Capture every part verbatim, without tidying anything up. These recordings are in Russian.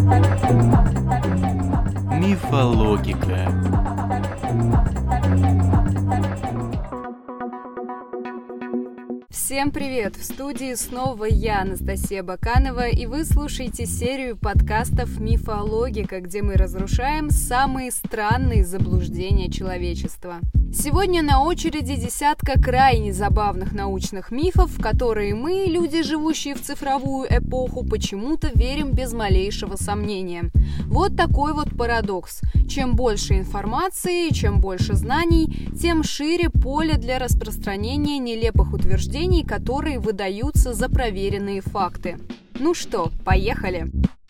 Мифологика. Всем привет! В студии снова я, Анастасия Баканова, и вы слушаете серию подкастов «Мифологика», где мы разрушаем самые странные заблуждения человечества. Сегодня на очереди десятка крайне забавных научных мифов, в которые мы, люди, живущие в цифровую эпоху, почему-то верим без малейшего сомнения. Вот такой вот парадокс. Чем больше информации, чем больше знаний, тем шире поле для распространения нелепых утверждений, которые выдаются за проверенные факты. Ну что, поехали!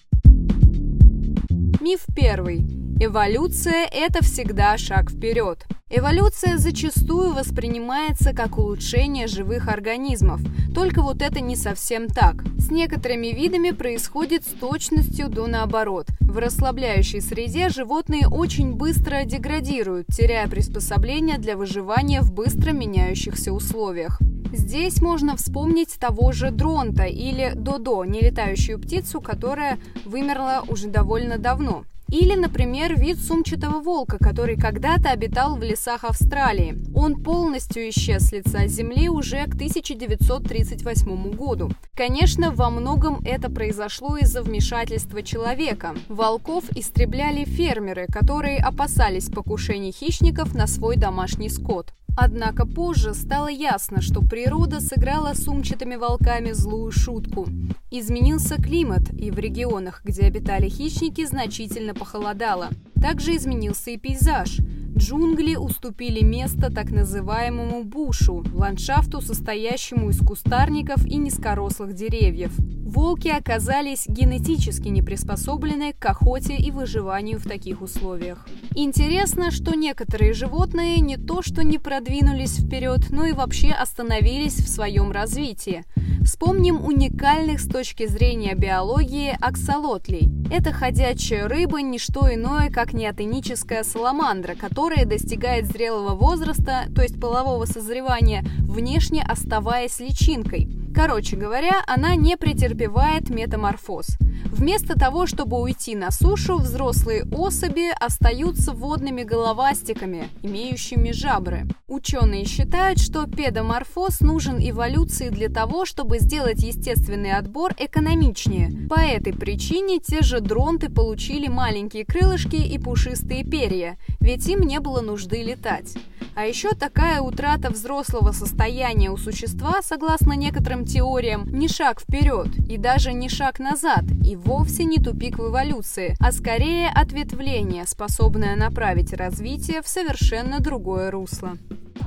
Миф первый. Эволюция – это всегда шаг вперед. Эволюция зачастую воспринимается как улучшение живых организмов, только вот это не совсем так. С некоторыми видами происходит с точностью до наоборот. В расслабляющей среде животные очень быстро деградируют, теряя приспособления для выживания в быстро меняющихся условиях. Здесь можно вспомнить того же дронта или додо, нелетающую птицу, которая вымерла уже довольно давно. Или, например, вид сумчатого волка, который когда-то обитал в лесах Австралии. Он полностью исчез с лица Земли уже к тысяча девятьсот тридцать восьмому году. Конечно, во многом это произошло из-за вмешательства человека. Волков истребляли фермеры, которые опасались покушений хищников на свой домашний скот. Однако позже стало ясно, что природа сыграла с сумчатыми волками злую шутку. Изменился климат, и в регионах, где обитали хищники, значительно похолодало. Также изменился и пейзаж. Джунгли уступили место так называемому бушу, ландшафту, состоящему из кустарников и низкорослых деревьев. Волки оказались генетически не приспособлены к охоте и выживанию в таких условиях. Интересно, что некоторые животные не то что не продвинулись вперед, но и вообще остановились в своем развитии. Вспомним уникальных с точки зрения биологии аксолотлей. Это ходячая рыба, не что иное, как неотоническая саламандра, которая достигает зрелого возраста, то есть полового созревания, внешне оставаясь личинкой. Короче говоря, она не претерпевает метаморфоз. Вместо того, чтобы уйти на сушу, взрослые особи остаются водными головастиками, имеющими жабры. Ученые считают, что педоморфоз нужен эволюции для того, чтобы сделать естественный отбор экономичнее. По этой причине те же дронты получили маленькие крылышки и пушистые перья, ведь им не было нужды летать. А еще такая утрата взрослого состояния у существа, согласно некоторым теориям, не шаг вперед и даже не шаг назад, и вовсе не тупик в эволюции, а скорее ответвление, способное направить развитие в совершенно другое русло.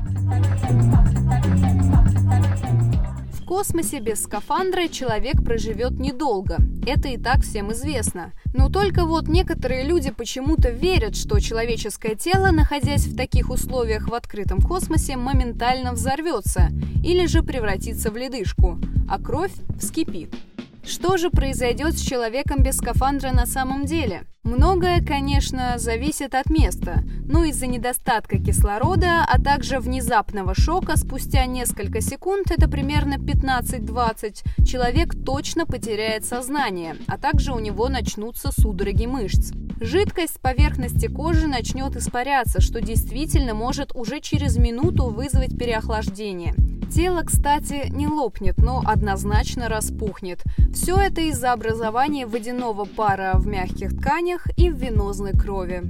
В космосе без скафандра человек проживет недолго. Это и так всем известно. Но только вот некоторые люди почему-то верят, что человеческое тело, находясь в таких условиях в открытом космосе, моментально взорвется или же превратится в ледышку, а кровь вскипит. Что же произойдет с человеком без скафандра на самом деле? Многое, конечно, зависит от места, но из-за недостатка кислорода, а также внезапного шока спустя несколько секунд, это примерно пятнадцать-двадцать, человек точно потеряет сознание, а также у него начнутся судороги мышц. Жидкость с поверхности кожи начнет испаряться, что действительно может уже через минуту вызвать переохлаждение. Тело, кстати, не лопнет, но однозначно распухнет. Все это из-за образования водяного пара в мягких тканях и в венозной крови.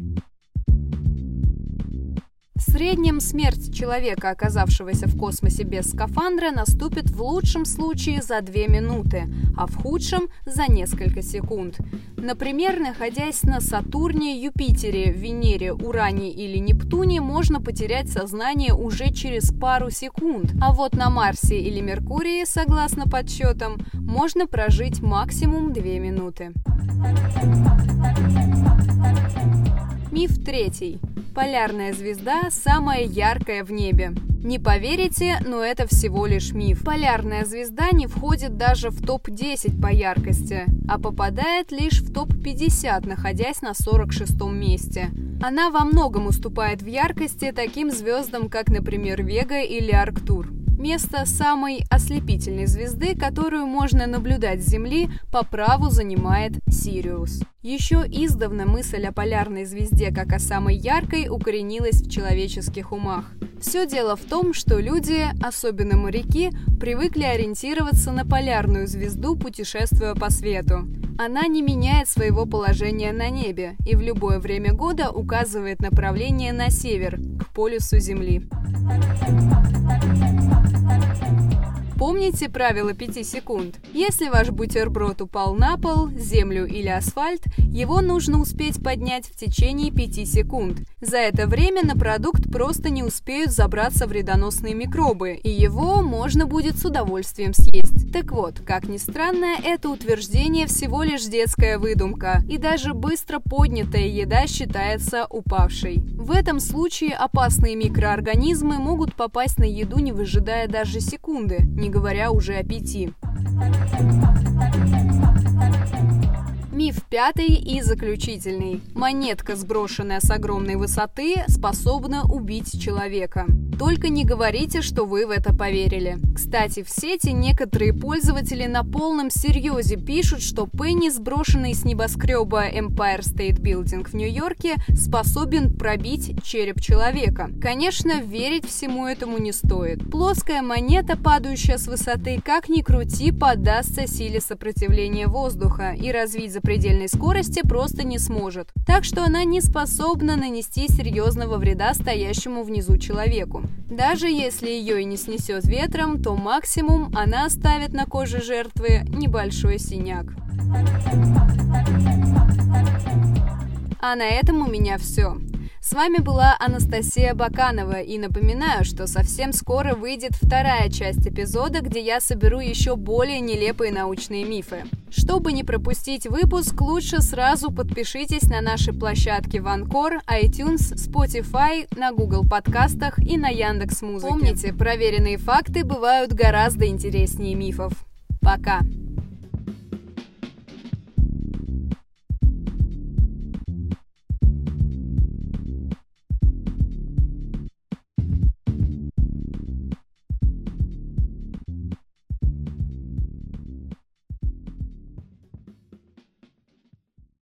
В среднем смерть человека, оказавшегося в космосе без скафандра, наступит в лучшем случае за две минуты, а в худшем – за несколько секунд. Например, находясь на Сатурне, Юпитере, Венере, Уране или Нептуне, можно потерять сознание уже через пару секунд, а вот на Марсе или Меркурии, согласно подсчетам, можно прожить максимум две минуты. Миф третий. Полярная звезда самая яркая в небе. Не поверите, но это всего лишь миф. Полярная звезда не входит даже в топ десять по яркости, а попадает лишь в топ пятьдесят, находясь на сорок шестом месте. Она во многом уступает в яркости таким звездам, как, например, Вега или Арктур. Место самой ослепительной звезды, которую можно наблюдать с Земли, по праву занимает Сириус. Еще издавна мысль о полярной звезде как о самой яркой укоренилась в человеческих умах. Все дело в том, что люди, особенно моряки, привыкли ориентироваться на полярную звезду, путешествуя по свету. Она не меняет своего положения на небе и в любое время года указывает направление на север, к полюсу Земли. Помните правило пяти секунд? Если ваш бутерброд упал на пол, землю или асфальт, его нужно успеть поднять в течение пяти секунд. За это время на продукт просто не успеют забраться вредоносные микробы, и его можно будет с удовольствием съесть. Так вот, как ни странно, это утверждение всего лишь детская выдумка, и даже быстро поднятая еда считается упавшей. В этом случае опасные микроорганизмы могут попасть на еду, не выжидая даже секунды, не говоря уже о пяти. Миф пятый и заключительный. Монетка, сброшенная с огромной высоты, способна убить человека. Только не говорите, что вы в это поверили. Кстати, в сети некоторые пользователи на полном серьезе пишут, что пенни, сброшенный с небоскреба Empire State Building в Нью-Йорке, способен пробить череп человека. Конечно, верить всему этому не стоит. Плоская монета, падающая с высоты, как ни крути, поддастся силе сопротивления воздуха и развить запредельной скорости просто не сможет. Так что она не способна нанести серьезного вреда стоящему внизу человеку. Даже если ее и не снесет ветром, то максимум она оставит на коже жертвы небольшой синяк. А на этом у меня все. С вами была Анастасия Баканова, и напоминаю, что совсем скоро выйдет вторая часть эпизода, где я соберу еще более нелепые научные мифы. Чтобы не пропустить выпуск, лучше сразу подпишитесь на наши площадки в Anchor, iTunes, Spotify, на Google подкастах и на Яндекс.Музыке. Помните, проверенные факты бывают гораздо интереснее мифов. Пока!